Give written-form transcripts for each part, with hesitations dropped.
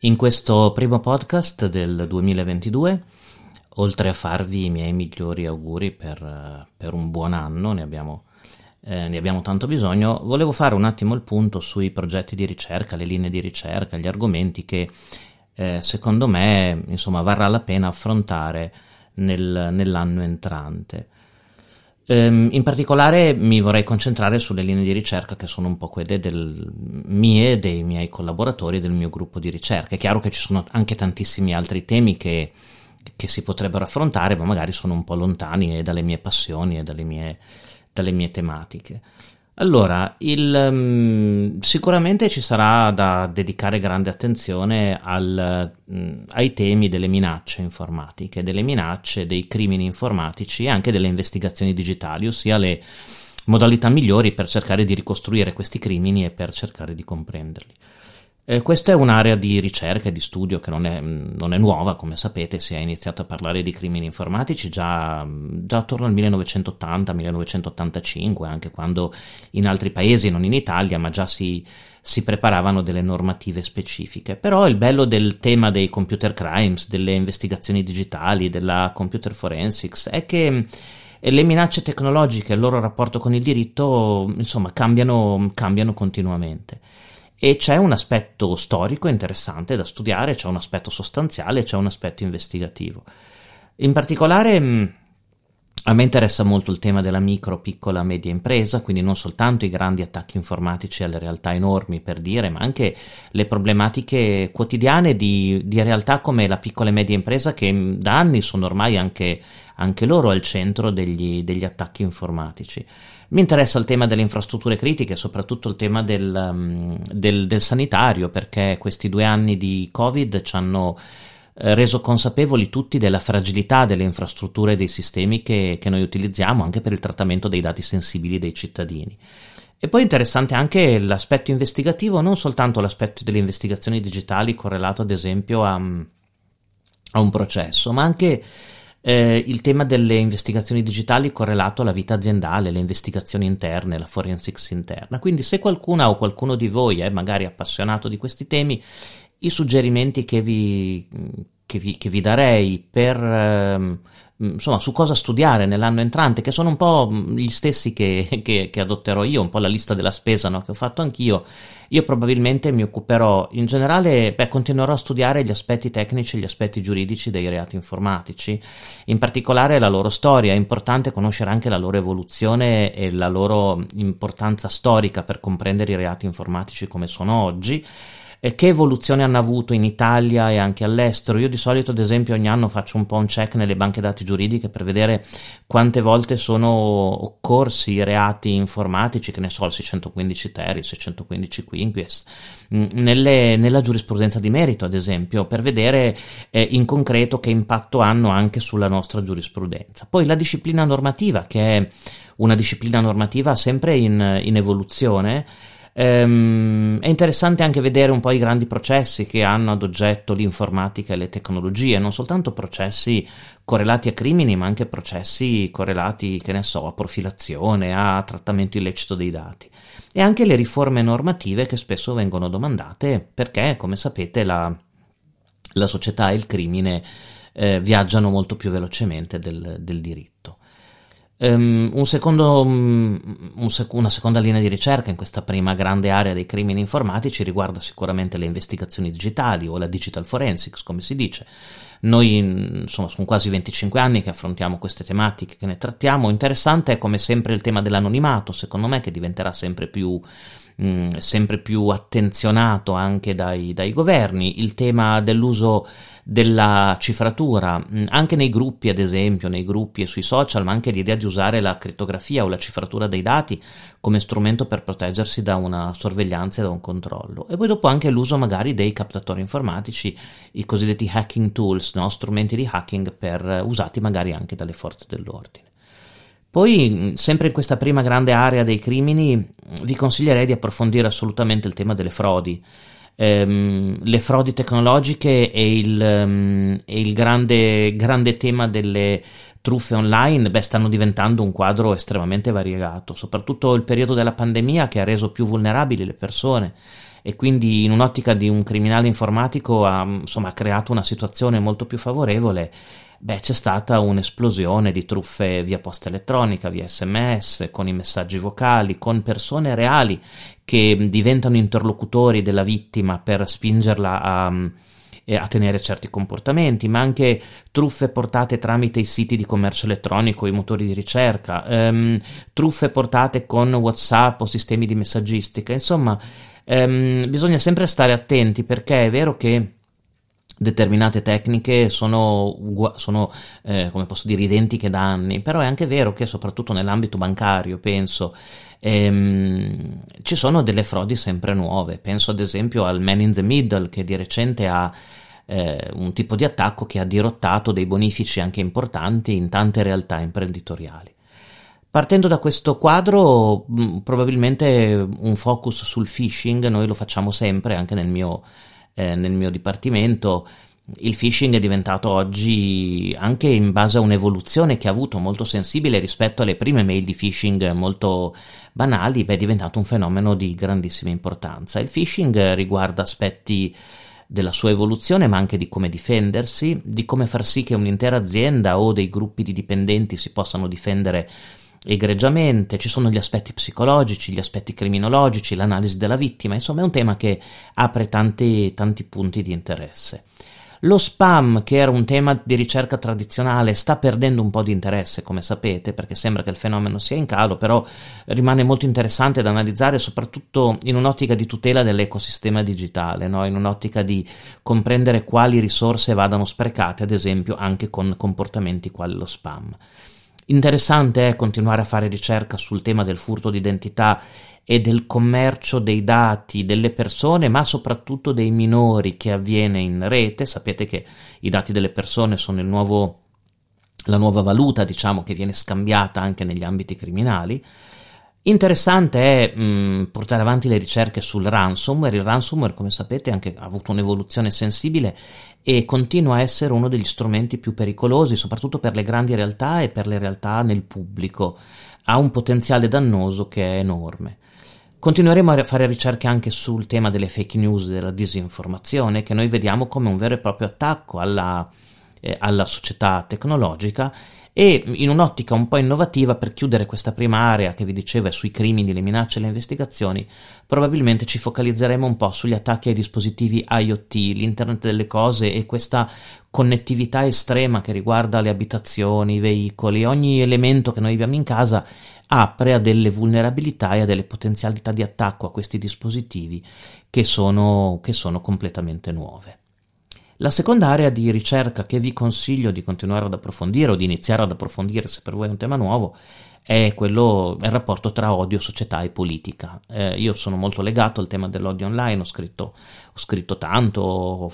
In questo primo podcast del 2022, oltre a farvi i miei migliori auguri per un buon anno, ne abbiamo tanto bisogno, volevo fare un attimo il punto sui progetti di ricerca, le linee di ricerca, gli argomenti che secondo me varrà la pena affrontare nell'anno entrante. In particolare mi vorrei concentrare sulle linee di ricerca che sono un po' quelle mie e dei miei collaboratori del mio gruppo di ricerca. È chiaro che ci sono anche tantissimi altri temi che si potrebbero affrontare, ma magari sono un po' lontani dalle mie passioni e dalle mie tematiche. Allora, sicuramente ci sarà da dedicare grande attenzione ai temi delle minacce informatiche, delle minacce, dei crimini informatici e anche delle investigazioni digitali, ossia le modalità migliori per cercare di ricostruire questi crimini e per cercare di comprenderli. Questa è un'area di ricerca e di studio che non è nuova, come sapete. Si è iniziato a parlare di crimini informatici già attorno al 1980-1985, anche quando in altri paesi, non in Italia, ma già si preparavano delle normative specifiche. Però il bello del tema dei computer crimes, delle investigazioni digitali, della computer forensics è che le minacce tecnologiche e il loro rapporto con il diritto cambiano continuamente. E c'è un aspetto storico interessante da studiare, c'è un aspetto sostanziale, c'è un aspetto investigativo. In particolare a me interessa molto il tema della micro, piccola, media impresa, quindi non soltanto i grandi attacchi informatici alle realtà enormi, per dire, ma anche le problematiche quotidiane di realtà come la piccola e media impresa, che da anni sono ormai anche loro al centro degli attacchi informatici. Mi interessa il tema delle infrastrutture critiche, soprattutto il tema del sanitario, perché questi 2 anni di Covid ci hanno reso consapevoli tutti della fragilità delle infrastrutture e dei sistemi che noi utilizziamo anche per il trattamento dei dati sensibili dei cittadini. E poi è interessante anche l'aspetto investigativo, non soltanto l'aspetto delle investigazioni digitali correlato ad esempio a un processo, ma anche il tema delle investigazioni digitali correlato alla vita aziendale, le investigazioni interne, la forensics interna. Quindi se qualcuna o qualcuno di voi è magari appassionato di questi temi, i suggerimenti che vi darei per su cosa studiare nell'anno entrante, che sono un po' gli stessi che adotterò io, un po' la lista della spesa, no, che ho fatto anch'io. Io probabilmente mi occuperò in generale, continuerò a studiare gli aspetti tecnici e gli aspetti giuridici dei reati informatici, in particolare la loro storia. È importante conoscere anche la loro evoluzione e la loro importanza storica per comprendere i reati informatici come sono oggi. E che evoluzione hanno avuto in Italia e anche all'estero. Io di solito, ad esempio, ogni anno faccio un po' un check nelle banche dati giuridiche per vedere quante volte sono occorsi i reati informatici, che ne so, il 615 ter, il 615 quinquies, nella giurisprudenza di merito, ad esempio, per vedere in concreto che impatto hanno anche sulla nostra giurisprudenza. Poi la disciplina normativa, che è una disciplina normativa sempre in evoluzione. È interessante anche vedere un po' i grandi processi che hanno ad oggetto l'informatica e le tecnologie, non soltanto processi correlati a crimini, ma anche processi correlati, che ne so, a profilazione, a trattamento illecito dei dati, e anche le riforme normative che spesso vengono domandate perché, come sapete, la società e il crimine viaggiano molto più velocemente del diritto. Una seconda linea di ricerca in questa prima grande area dei crimini informatici riguarda sicuramente le investigazioni digitali o la digital forensics, come si dice. Noi sono quasi 25 anni che affrontiamo queste tematiche, che ne trattiamo. Interessante è come sempre il tema dell'anonimato, secondo me, che diventerà sempre più attenzionato anche dai governi, il tema dell'uso della cifratura, anche nei gruppi, ad esempio, nei gruppi e sui social, ma anche l'idea di usare la crittografia o la cifratura dei dati come strumento per proteggersi da una sorveglianza e da un controllo. E poi dopo anche l'uso magari dei captatori informatici, i cosiddetti hacking tools, no? Strumenti di hacking usati magari anche dalle forze dell'ordine. Poi, sempre in questa prima grande area dei crimini, vi consiglierei di approfondire assolutamente il tema delle frodi. Le frodi tecnologiche e il grande tema delle truffe online stanno diventando un quadro estremamente variegato, soprattutto il periodo della pandemia che ha reso più vulnerabili le persone e quindi in un'ottica di un criminale informatico ha creato una situazione molto più favorevole. C'è stata un'esplosione di truffe via posta elettronica, via SMS, con i messaggi vocali, con persone reali che diventano interlocutori della vittima per spingerla a tenere certi comportamenti, ma anche truffe portate tramite i siti di commercio elettronico, i motori di ricerca, truffe portate con WhatsApp o sistemi di messaggistica. Insomma, bisogna sempre stare attenti, perché è vero che determinate tecniche sono come posso dire, identiche da anni, però è anche vero che soprattutto nell'ambito bancario, penso, ci sono delle frodi sempre nuove. Penso ad esempio al Man in the Middle, che di recente ha un tipo di attacco che ha dirottato dei bonifici anche importanti in tante realtà imprenditoriali. Partendo da questo quadro, probabilmente un focus sul phishing noi lo facciamo sempre, anche nel mio dipartimento. Il phishing è diventato oggi, anche in base a un'evoluzione che ha avuto molto sensibile rispetto alle prime mail di phishing molto banali, è diventato un fenomeno di grandissima importanza. Il phishing riguarda aspetti della sua evoluzione, ma anche di come difendersi, di come far sì che un'intera azienda o dei gruppi di dipendenti si possano difendere egregiamente. Ci sono gli aspetti psicologici, gli aspetti criminologici, l'analisi della vittima. Insomma, è un tema che apre tanti punti di interesse. Lo spam, che era un tema di ricerca tradizionale, sta perdendo un po' di interesse, come sapete, perché sembra che il fenomeno sia in calo, però rimane molto interessante da analizzare, soprattutto in un'ottica di tutela dell'ecosistema digitale, no? In un'ottica di comprendere quali risorse vadano sprecate, ad esempio anche con comportamenti quali lo spam. Interessante è continuare a fare ricerca sul tema del furto di identità e del commercio dei dati delle persone, ma soprattutto dei minori, che avviene in rete. Sapete che i dati delle persone sono la nuova valuta, diciamo, che viene scambiata anche negli ambiti criminali. Interessante è portare avanti le ricerche sul ransomware. Il ransomware, come sapete, ha avuto un'evoluzione sensibile e continua a essere uno degli strumenti più pericolosi, soprattutto per le grandi realtà e per le realtà nel pubblico. Ha un potenziale dannoso che è enorme. Continueremo a fare ricerche anche sul tema delle fake news e della disinformazione, che noi vediamo come un vero e proprio attacco alla società tecnologica, e in un'ottica un po' innovativa, per chiudere questa prima area che vi dicevo è sui crimini, le minacce e le investigazioni, probabilmente ci focalizzeremo un po' sugli attacchi ai dispositivi IoT, l'internet delle cose, e questa connettività estrema che riguarda le abitazioni, i veicoli, ogni elemento che noi abbiamo in casa apre a delle vulnerabilità e a delle potenzialità di attacco a questi dispositivi che sono completamente nuove. La seconda area di ricerca che vi consiglio di continuare ad approfondire, o di iniziare ad approfondire se per voi è un tema nuovo, è il rapporto tra odio, società e politica. Io sono molto legato al tema dell'odio online, ho scritto tanto,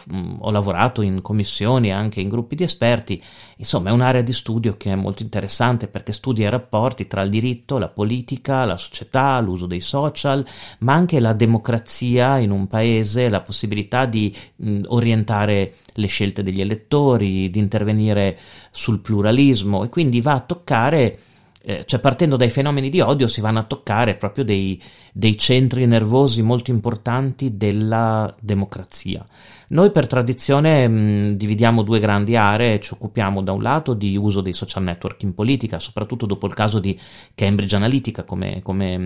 ho lavorato in commissioni, anche in gruppi di esperti. Insomma, è un'area di studio che è molto interessante, perché studia i rapporti tra il diritto, la politica, la società, l'uso dei social, ma anche la democrazia in un paese, la possibilità di orientare le scelte degli elettori, di intervenire sul pluralismo, e quindi va a toccare, partendo dai fenomeni di odio si vanno a toccare proprio dei centri nervosi molto importanti della democrazia. Noi per tradizione dividiamo due grandi aree. Ci occupiamo da un lato di uso dei social network in politica, soprattutto dopo il caso di Cambridge Analytica, come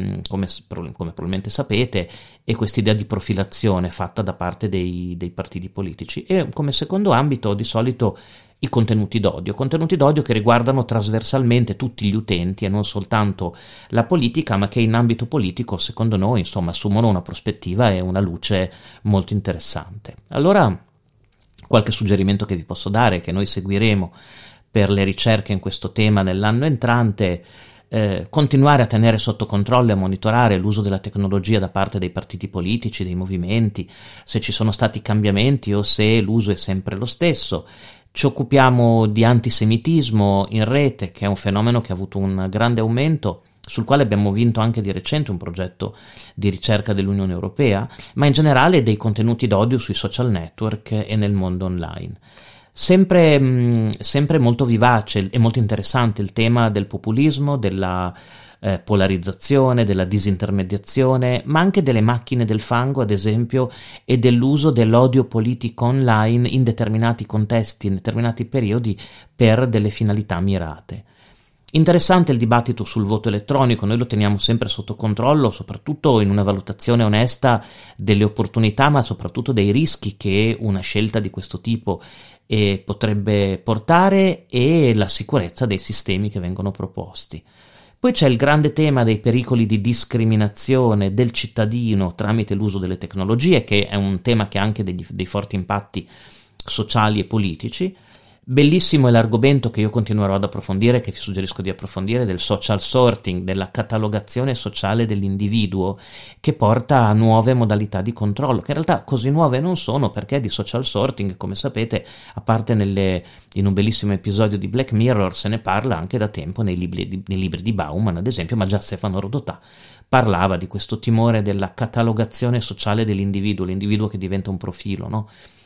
probabilmente sapete, e quest'idea di profilazione fatta da parte dei partiti politici. E come secondo ambito di solito i contenuti d'odio che riguardano trasversalmente tutti gli utenti e non soltanto la politica, ma che in ambito politico, secondo noi, assumono una prospettiva e una luce molto interessante. Allora, qualche suggerimento che vi posso dare, che noi seguiremo per le ricerche in questo tema nell'anno entrante: continuare a tenere sotto controllo e a monitorare l'uso della tecnologia da parte dei partiti politici, dei movimenti, se ci sono stati cambiamenti o se l'uso è sempre lo stesso. Ci occupiamo di antisemitismo in rete, che è un fenomeno che ha avuto un grande aumento, sul quale abbiamo vinto anche di recente un progetto di ricerca dell'Unione Europea, ma in generale dei contenuti d'odio sui social network e nel mondo online. Sempre molto vivace e molto interessante il tema del populismo, della polarizzazione, della disintermediazione, ma anche delle macchine del fango, ad esempio, e dell'uso dell'odio politico online in determinati contesti, in determinati periodi, per delle finalità mirate. Interessante il dibattito sul voto elettronico, noi lo teniamo sempre sotto controllo, soprattutto in una valutazione onesta delle opportunità, ma soprattutto dei rischi che una scelta di questo tipo potrebbe portare, e la sicurezza dei sistemi che vengono proposti. Poi c'è il grande tema dei pericoli di discriminazione del cittadino tramite l'uso delle tecnologie, che è un tema che ha anche dei forti impatti sociali e politici. Bellissimo è l'argomento che io continuerò ad approfondire, che vi suggerisco di approfondire, del social sorting, della catalogazione sociale dell'individuo, che porta a nuove modalità di controllo, che in realtà così nuove non sono, perché di social sorting, come sapete, a parte in un bellissimo episodio di Black Mirror, se ne parla anche da tempo nei libri di Bauman, ad esempio, ma già Stefano Rodotà parlava di questo timore della catalogazione sociale dell'individuo, l'individuo che diventa un profilo, no?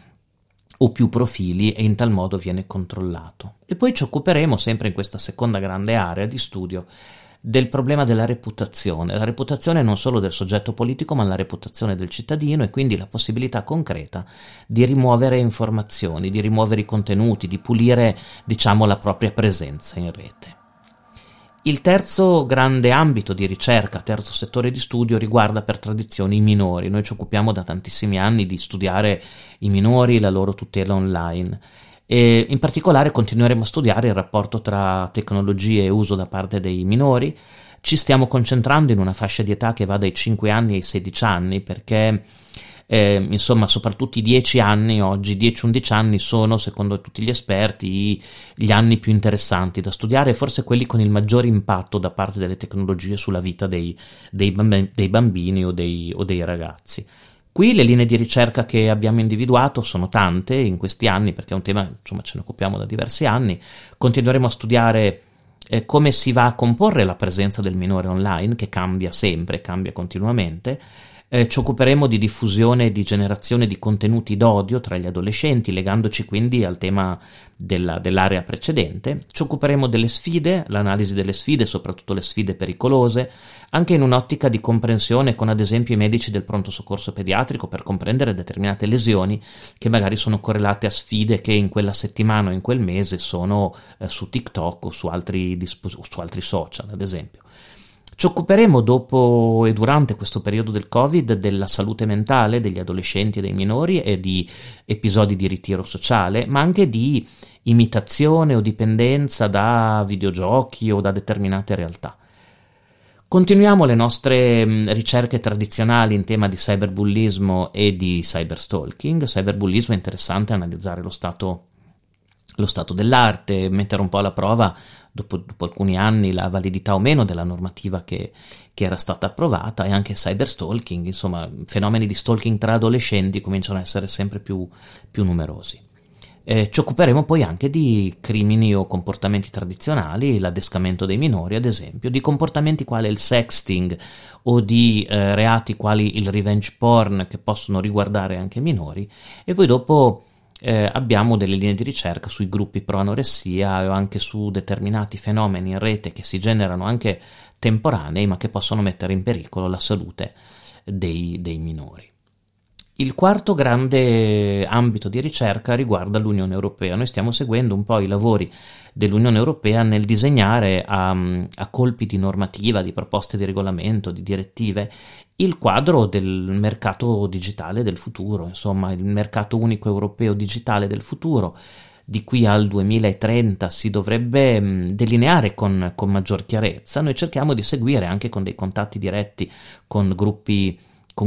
O più profili, e in tal modo viene controllato. E poi ci occuperemo, sempre in questa seconda grande area di studio, del problema della reputazione. La reputazione non solo del soggetto politico, ma la reputazione del cittadino, e quindi la possibilità concreta di rimuovere informazioni, di rimuovere i contenuti, di pulire, diciamo, la propria presenza in rete. Il terzo grande ambito di ricerca, terzo settore di studio, riguarda per tradizione i minori. Noi ci occupiamo da tantissimi anni di studiare i minori, la loro tutela online, e in particolare continueremo a studiare il rapporto tra tecnologie e uso da parte dei minori. Ci stiamo concentrando in una fascia di età che va dai 5 anni ai 16 anni, perché insomma, soprattutto i 10 anni oggi, 10-11 anni sono, secondo tutti gli esperti, gli anni più interessanti da studiare, forse quelli con il maggior impatto da parte delle tecnologie sulla vita dei bambini o dei ragazzi. Qui le linee di ricerca che abbiamo individuato sono tante in questi anni, perché è un tema, insomma, ce ne occupiamo da diversi anni. Continueremo a studiare come si va a comporre la presenza del minore online, che cambia sempre, cambia continuamente. Ci occuperemo di diffusione e di generazione di contenuti d'odio tra gli adolescenti, legandoci quindi al tema dell'area precedente. Ci occuperemo delle sfide, l'analisi delle sfide, soprattutto le sfide pericolose, anche in un'ottica di comprensione con ad esempio i medici del pronto soccorso pediatrico, per comprendere determinate lesioni che magari sono correlate a sfide che in quella settimana o in quel mese sono su TikTok o su altri social, ad esempio. Ci occuperemo dopo e durante questo periodo del Covid della salute mentale degli adolescenti e dei minori, e di episodi di ritiro sociale, ma anche di imitazione o dipendenza da videogiochi o da determinate realtà. Continuiamo le nostre ricerche tradizionali in tema di cyberbullismo e di cyberstalking. Cyberbullismo è interessante analizzare lo stato dell'arte, mettere un po' alla prova, dopo alcuni anni, la validità o meno della normativa che era stata approvata, e anche cyberstalking, insomma, fenomeni di stalking tra adolescenti cominciano a essere sempre più numerosi. Ci occuperemo poi anche di crimini o comportamenti tradizionali, l'adescamento dei minori, ad esempio, di comportamenti quali il sexting o di reati quali il revenge porn, che possono riguardare anche minori, e poi dopo abbiamo delle linee di ricerca sui gruppi pro anoressia o anche su determinati fenomeni in rete che si generano anche temporanei, ma che possono mettere in pericolo la salute dei minori. Il quarto grande ambito di ricerca riguarda l'Unione Europea. Noi stiamo seguendo un po' i lavori dell'Unione Europea nel disegnare a colpi di normativa, di proposte di regolamento, di direttive, il quadro del mercato digitale del futuro, insomma il mercato unico europeo digitale del futuro. Di qui al 2030 si dovrebbe delineare con maggior chiarezza. Noi cerchiamo di seguire, anche con dei contatti diretti con gruppi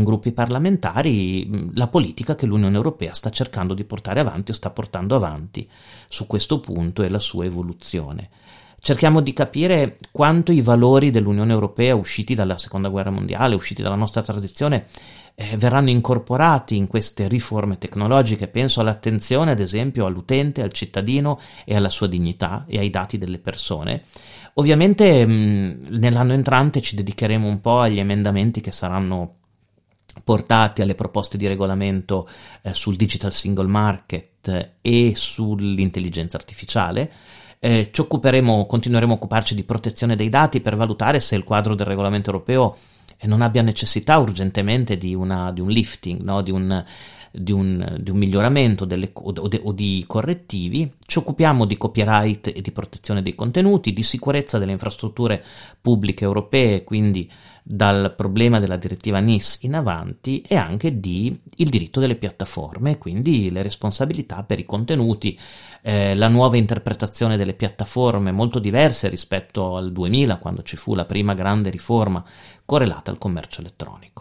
parlamentari, la politica che l'Unione Europea sta cercando di portare avanti o sta portando avanti su questo punto, e la sua evoluzione. Cerchiamo di capire quanto i valori dell'Unione Europea, usciti dalla Seconda Guerra Mondiale, usciti dalla nostra tradizione, verranno incorporati in queste riforme tecnologiche. Penso all'attenzione, ad esempio, all'utente, al cittadino e alla sua dignità e ai dati delle persone. Ovviamente nell'anno entrante ci dedicheremo un po' agli emendamenti che saranno portati alle proposte di regolamento sul Digital Single Market e sull'intelligenza artificiale. Continueremo a occuparci di protezione dei dati per valutare se il quadro del regolamento europeo non abbia necessità urgentemente di un lifting, no? di un miglioramento o di correttivi. Ci occupiamo di copyright e di protezione dei contenuti, di sicurezza delle infrastrutture pubbliche europee, quindi dal problema della direttiva NIS in avanti, e anche di il diritto delle piattaforme, quindi le responsabilità per i contenuti, la nuova interpretazione delle piattaforme molto diverse rispetto al 2000, quando ci fu la prima grande riforma correlata al commercio elettronico.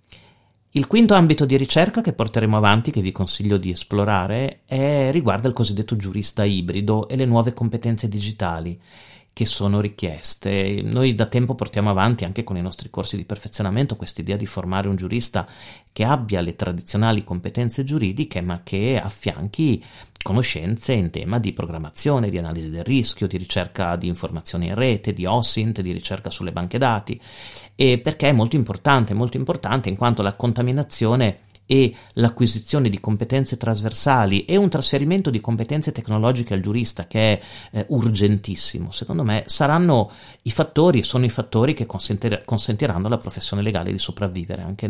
Il quinto ambito di ricerca che porteremo avanti, che vi consiglio di esplorare, riguarda il cosiddetto giurista ibrido e le nuove competenze digitali che sono richieste. Noi da tempo portiamo avanti, anche con i nostri corsi di perfezionamento, quest'idea di formare un giurista che abbia le tradizionali competenze giuridiche, ma che affianchi conoscenze in tema di programmazione, di analisi del rischio, di ricerca di informazioni in rete, di OSINT, di ricerca sulle banche dati, e perché è molto importante in quanto la contaminazione e l'acquisizione di competenze trasversali e un trasferimento di competenze tecnologiche al giurista, che è urgentissimo, secondo me, sono i fattori che consentiranno alla professione legale di sopravvivere anche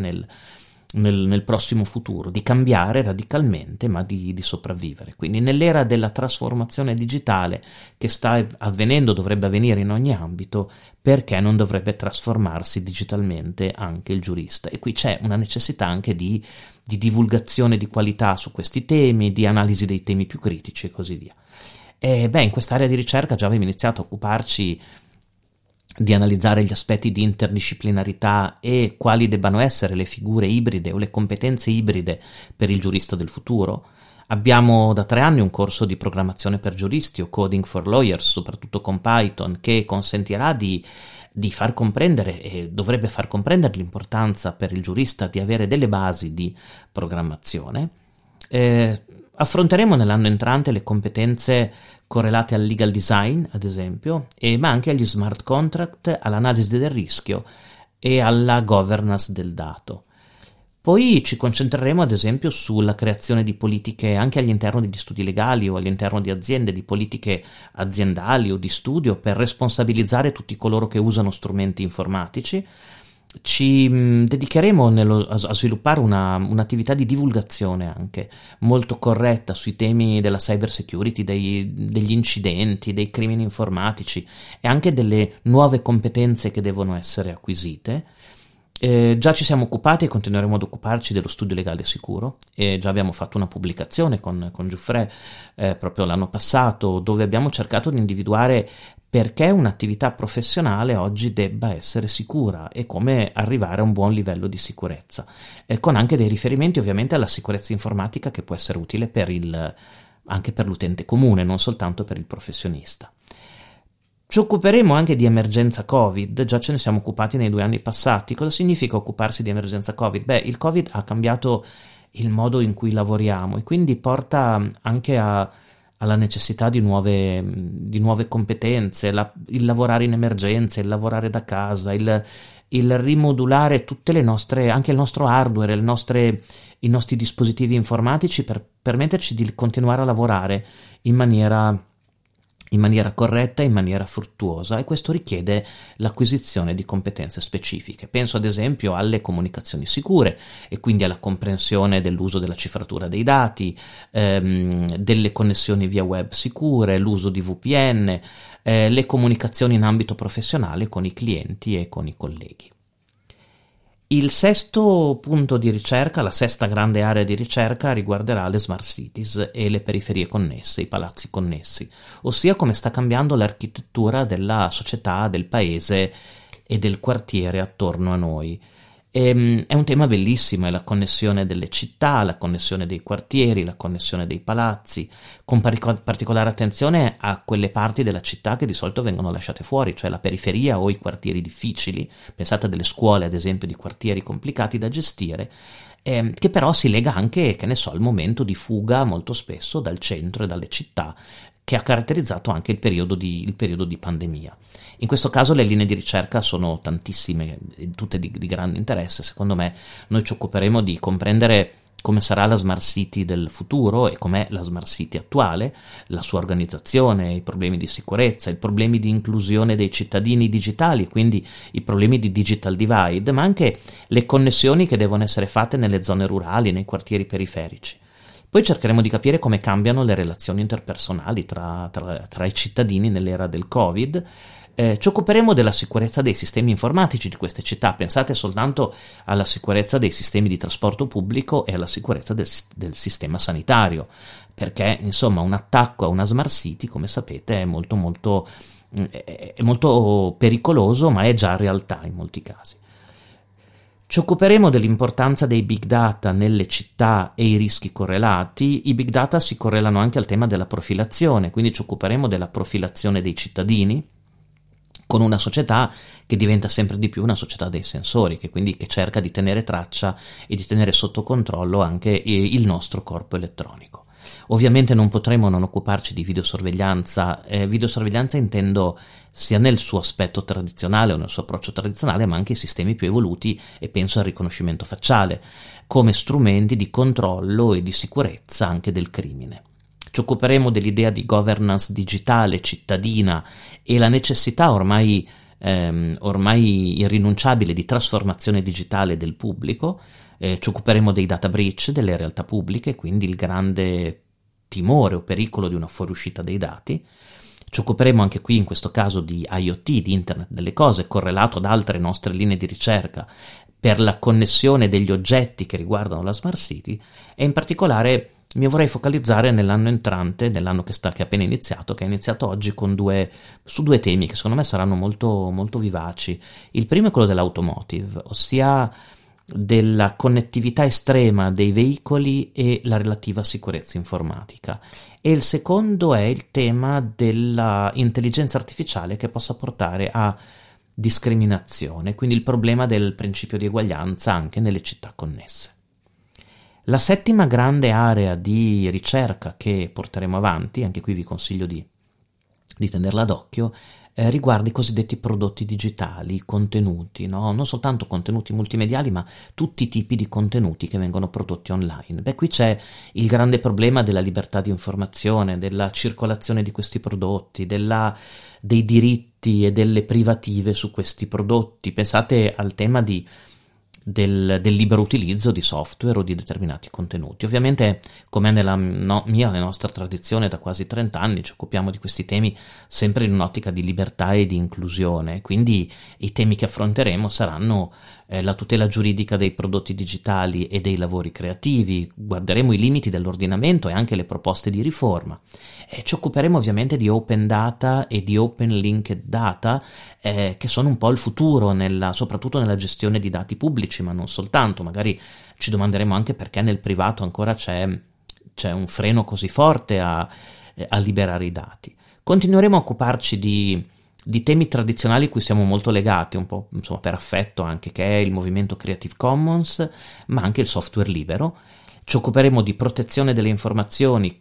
nel prossimo futuro, di cambiare radicalmente, ma di sopravvivere. Quindi nell'era della trasformazione digitale che sta avvenendo, dovrebbe avvenire in ogni ambito, perché non dovrebbe trasformarsi digitalmente anche il giurista? E qui c'è una necessità anche di divulgazione di qualità su questi temi, di analisi dei temi più critici e così via. In quest'area di ricerca già abbiamo iniziato a occuparci di analizzare gli aspetti di interdisciplinarità e quali debbano essere le figure ibride o le competenze ibride per il giurista del futuro. Abbiamo da 3 anni un corso di programmazione per giuristi o Coding for Lawyers, soprattutto con Python, che consentirà di far comprendere, e dovrebbe far comprendere, l'importanza per il giurista di avere delle basi di programmazione. Affronteremo nell'anno entrante le competenze correlate al legal design, ad esempio, ma anche agli smart contract, all'analisi del rischio e alla governance del dato. Poi ci concentreremo ad esempio sulla creazione di politiche anche all'interno degli studi legali o all'interno di aziende, di politiche aziendali o di studio per responsabilizzare tutti coloro che usano strumenti informatici. Ci dedicheremo a sviluppare un'attività di divulgazione anche molto corretta sui temi della cyber security, degli incidenti, dei crimini informatici e anche delle nuove competenze che devono essere acquisite. Già ci siamo occupati e continueremo ad occuparci dello studio legale sicuro, e già abbiamo fatto una pubblicazione con Giuffre proprio l'anno passato, dove abbiamo cercato di individuare perché un'attività professionale oggi debba essere sicura e come arrivare a un buon livello di sicurezza, con anche dei riferimenti ovviamente alla sicurezza informatica, che può essere utile anche per l'utente comune, non soltanto per il professionista. Ci occuperemo anche di emergenza Covid, già ce ne siamo occupati nei 2 anni passati. Cosa significa occuparsi di emergenza Covid? Il Covid ha cambiato il modo in cui lavoriamo e quindi porta anche alla necessità di nuove competenze, il lavorare in emergenza, il lavorare da casa, il rimodulare tutte le nostre, anche il nostro hardware, i nostri dispositivi informatici per permetterci di continuare a lavorare in maniera corretta, in maniera fruttuosa, e questo richiede l'acquisizione di competenze specifiche. Penso ad esempio alle comunicazioni sicure e quindi alla comprensione dell'uso della cifratura dei dati, delle connessioni via web sicure, l'uso di VPN, le comunicazioni in ambito professionale con i clienti e con i colleghi. Il sesto punto di ricerca, la sesta grande area di ricerca, riguarderà le smart cities e le periferie connesse, i palazzi connessi, ossia come sta cambiando l'architettura della società, del paese e del quartiere attorno a noi. È un tema bellissimo, è la connessione delle città, la connessione dei quartieri, la connessione dei palazzi, con particolare attenzione a quelle parti della città che di solito vengono lasciate fuori, cioè la periferia o i quartieri difficili. Pensate a delle scuole, ad esempio, di quartieri complicati da gestire, che però si lega anche, al momento di fuga molto spesso dal centro e dalle città, che ha caratterizzato anche il periodo di pandemia. In questo caso le linee di ricerca sono tantissime, tutte di grande interesse. Secondo me noi ci occuperemo di comprendere come sarà la Smart City del futuro e com'è la Smart City attuale, la sua organizzazione, i problemi di sicurezza, i problemi di inclusione dei cittadini digitali, quindi i problemi di digital divide, ma anche le connessioni che devono essere fatte nelle zone rurali, nei quartieri periferici. Poi cercheremo di capire come cambiano le relazioni interpersonali tra i cittadini nell'era del Covid. Ci occuperemo della sicurezza dei sistemi informatici di queste città. Pensate soltanto alla sicurezza dei sistemi di trasporto pubblico e alla sicurezza del sistema sanitario, perché insomma un attacco a una smart city, come sapete, è molto pericoloso, ma è già realtà in molti casi. Ci occuperemo dell'importanza dei big data nelle città e i rischi correlati. I big data si correlano anche al tema della profilazione, quindi ci occuperemo della profilazione dei cittadini, con una società che diventa sempre di più una società dei sensori, che cerca di tenere traccia e di tenere sotto controllo anche il nostro corpo elettronico. Ovviamente non potremo non occuparci di videosorveglianza. Videosorveglianza intendo sia nel suo aspetto tradizionale o nel suo approccio tradizionale, ma anche i sistemi più evoluti, e penso al riconoscimento facciale, come strumenti di controllo e di sicurezza anche del crimine. Ci occuperemo dell'idea di governance digitale cittadina e la necessità ormai irrinunciabile di trasformazione digitale del pubblico. Ci occuperemo dei data breach delle realtà pubbliche, quindi il grande timore o pericolo di una fuoriuscita dei dati. Ci occuperemo anche qui in questo caso di IoT, di Internet delle cose, correlato ad altre nostre linee di ricerca per la connessione degli oggetti che riguardano la Smart City, e in particolare mi vorrei focalizzare nell'anno entrante, nell'anno che è appena iniziato, che è iniziato oggi su due temi che secondo me saranno molto, molto vivaci. Il primo è quello dell'automotive, ossia della connettività estrema dei veicoli e la relativa sicurezza informatica. E il secondo è il tema della intelligenza artificiale che possa portare a discriminazione, quindi il problema del principio di eguaglianza anche nelle città connesse. La settima grande area di ricerca che porteremo avanti, anche qui vi consiglio di tenerla d'occhio, riguarda i cosiddetti prodotti digitali, contenuti, no? Non soltanto contenuti multimediali, ma tutti i tipi di contenuti che vengono prodotti online. Qui c'è il grande problema della libertà di informazione, della circolazione di questi prodotti, dei diritti e delle privative su questi prodotti. Pensate al tema del libero utilizzo di software o di determinati contenuti. Ovviamente, come nella nostra tradizione da quasi 30 anni, ci occupiamo di questi temi sempre in un'ottica di libertà e di inclusione, quindi i temi che affronteremo saranno la tutela giuridica dei prodotti digitali e dei lavori creativi, guarderemo i limiti dell'ordinamento e anche le proposte di riforma. Ci occuperemo ovviamente di open data e di open linked data, che sono un po' il futuro, soprattutto nella gestione di dati pubblici, ma non soltanto. Magari ci domanderemo anche perché nel privato ancora c'è un freno così forte a liberare i dati. Continueremo a occuparci di temi tradizionali a cui siamo molto legati, un po' insomma per affetto anche, che è il movimento Creative Commons, ma anche il software libero. Ci occuperemo di protezione delle informazioni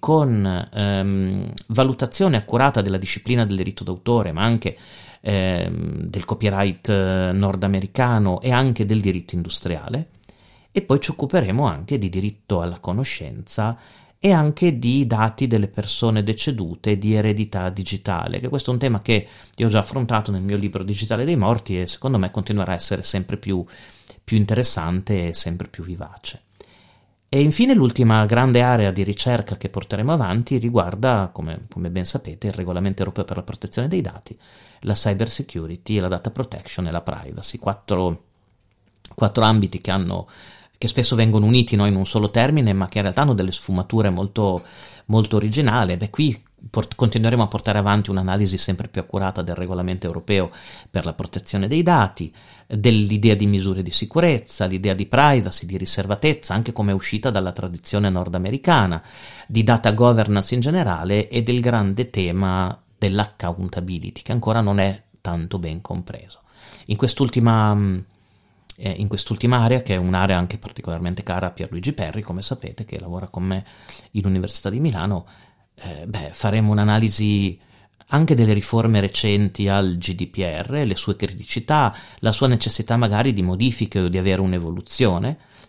con valutazione accurata della disciplina del diritto d'autore, ma anche del copyright nordamericano e anche del diritto industriale. E poi ci occuperemo anche di diritto alla conoscenza e anche di dati delle persone decedute e di eredità digitale, che questo è un tema che io ho già affrontato nel mio libro Digitale dei Morti e secondo me continuerà a essere sempre più interessante e sempre più vivace. E infine l'ultima grande area di ricerca che porteremo avanti riguarda, come ben sapete, il Regolamento Europeo per la protezione dei dati, la cyber security, la data protection e la privacy, quattro ambiti che spesso vengono uniti in un solo termine, ma che in realtà hanno delle sfumature molto, molto originali. Qui continueremo a portare avanti un'analisi sempre più accurata del regolamento europeo per la protezione dei dati, dell'idea di misure di sicurezza, l'idea di privacy, di riservatezza, anche come è uscita dalla tradizione nordamericana, di data governance in generale e del grande tema dell'accountability, che ancora non è tanto ben compreso. In quest'ultima area, che è un'area anche particolarmente cara a Pierluigi Perri, come sapete, che lavora con me all'Università di Milano, faremo un'analisi anche delle riforme recenti al GDPR, le sue criticità, la sua necessità magari di modifiche o di avere un'evoluzione.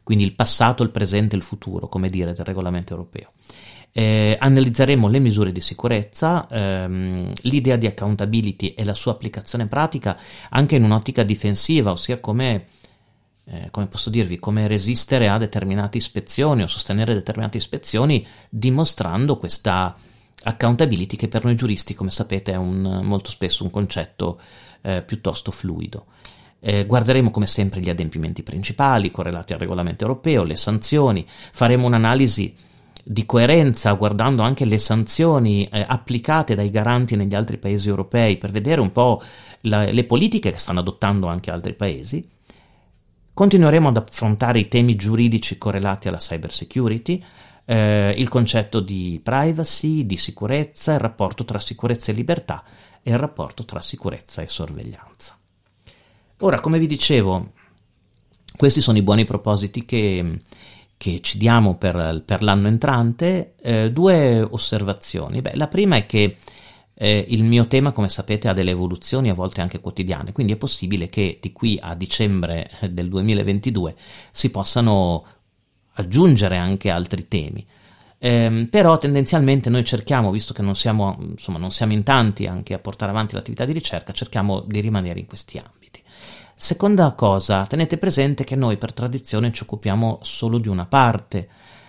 quindi il passato, il presente e il futuro, come dire, del regolamento europeo. Analizzeremo le misure di sicurezza, l'idea di accountability e la sua applicazione pratica anche in un'ottica difensiva, ossia come posso dirvi, come resistere a determinate ispezioni o sostenere determinate ispezioni, dimostrando questa accountability che per noi giuristi, come sapete, è molto spesso un concetto piuttosto fluido. Guarderemo come sempre gli adempimenti principali correlati al regolamento europeo, le sanzioni, faremo un'analisi di coerenza guardando anche le sanzioni applicate dai garanti negli altri paesi europei per vedere un po' le politiche che stanno adottando anche altri paesi. Continueremo ad affrontare i temi giuridici correlati alla cyber security, il concetto di privacy, di sicurezza, il rapporto tra sicurezza e libertà e il rapporto tra sicurezza e sorveglianza. Ora, come vi dicevo, questi sono i buoni propositi che ci diamo per l'anno entrante. Due osservazioni. La prima è che il mio tema, come sapete, ha delle evoluzioni a volte anche quotidiane, quindi è possibile che di qui a dicembre del 2022 si possano aggiungere anche altri temi. Però tendenzialmente noi cerchiamo, visto che non siamo in tanti anche a portare avanti l'attività di ricerca, cerchiamo di rimanere in questi ambiti. Seconda cosa, tenete presente che noi per tradizione ci occupiamo solo di una parte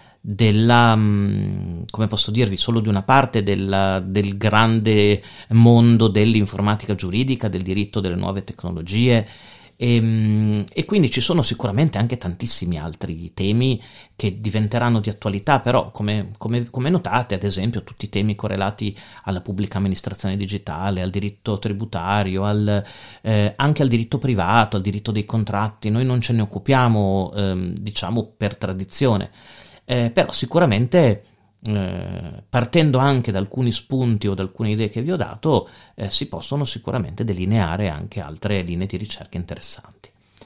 solo di una parte del grande mondo dell'informatica giuridica, del diritto delle nuove tecnologie, e quindi ci sono sicuramente anche tantissimi altri temi che diventeranno di attualità, però come notate, ad esempio, tutti i temi correlati alla pubblica amministrazione digitale, al diritto tributario, anche al diritto privato, al diritto dei contratti, noi non ce ne occupiamo per tradizione. Però sicuramente partendo anche da alcuni spunti o da alcune idee che vi ho dato, si possono sicuramente delineare anche altre linee di ricerca interessanti.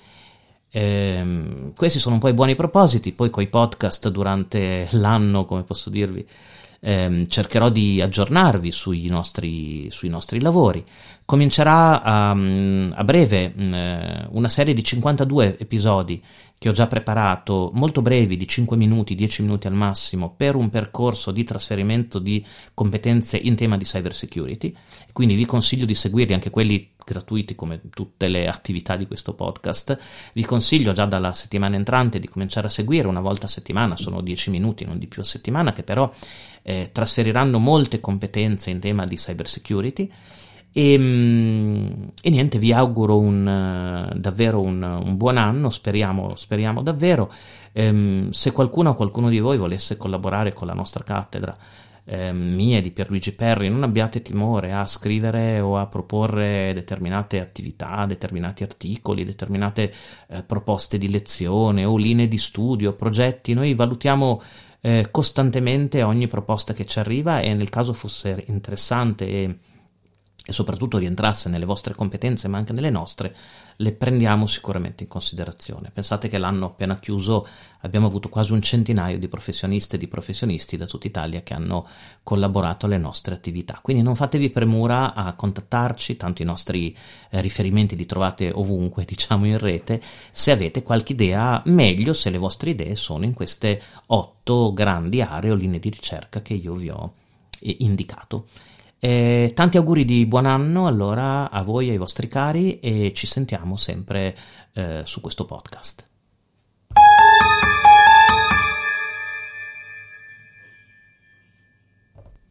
Questi sono un po' i buoni propositi. Poi coi podcast durante l'anno, come posso dirvi, cercherò di aggiornarvi sui nostri lavori. Comincerà a breve una serie di 52 episodi che ho già preparato, molto brevi, di 5 minuti, 10 minuti al massimo, per un percorso di trasferimento di competenze in tema di cyber security. Quindi vi consiglio di seguirli, anche quelli gratuiti come tutte le attività di questo podcast. Vi consiglio già dalla settimana entrante di cominciare a seguire una volta a settimana, sono 10 minuti, non di più a settimana, che però trasferiranno molte competenze in tema di cyber security. E niente, vi auguro davvero un buon anno, speriamo davvero. Se qualcuno di voi volesse collaborare con la nostra cattedra, mia e di Pierluigi Perri, non abbiate timore a scrivere o a proporre determinate attività, determinati articoli, determinate proposte di lezione o linee di studio, progetti. Noi valutiamo costantemente ogni proposta che ci arriva, e nel caso fosse interessante e soprattutto rientrasse nelle vostre competenze ma anche nelle nostre, le prendiamo sicuramente in considerazione. Pensate che l'anno appena chiuso abbiamo avuto quasi un centinaio di professioniste e di professionisti da tutta Italia che hanno collaborato alle nostre attività, quindi non fatevi premura a contattarci, tanto i nostri riferimenti li trovate ovunque, diciamo, in rete. Se avete qualche idea, meglio se le vostre idee sono in queste 8 grandi aree o linee di ricerca che io vi ho indicato. Tanti auguri di buon anno allora a voi e ai vostri cari, e ci sentiamo sempre su questo podcast.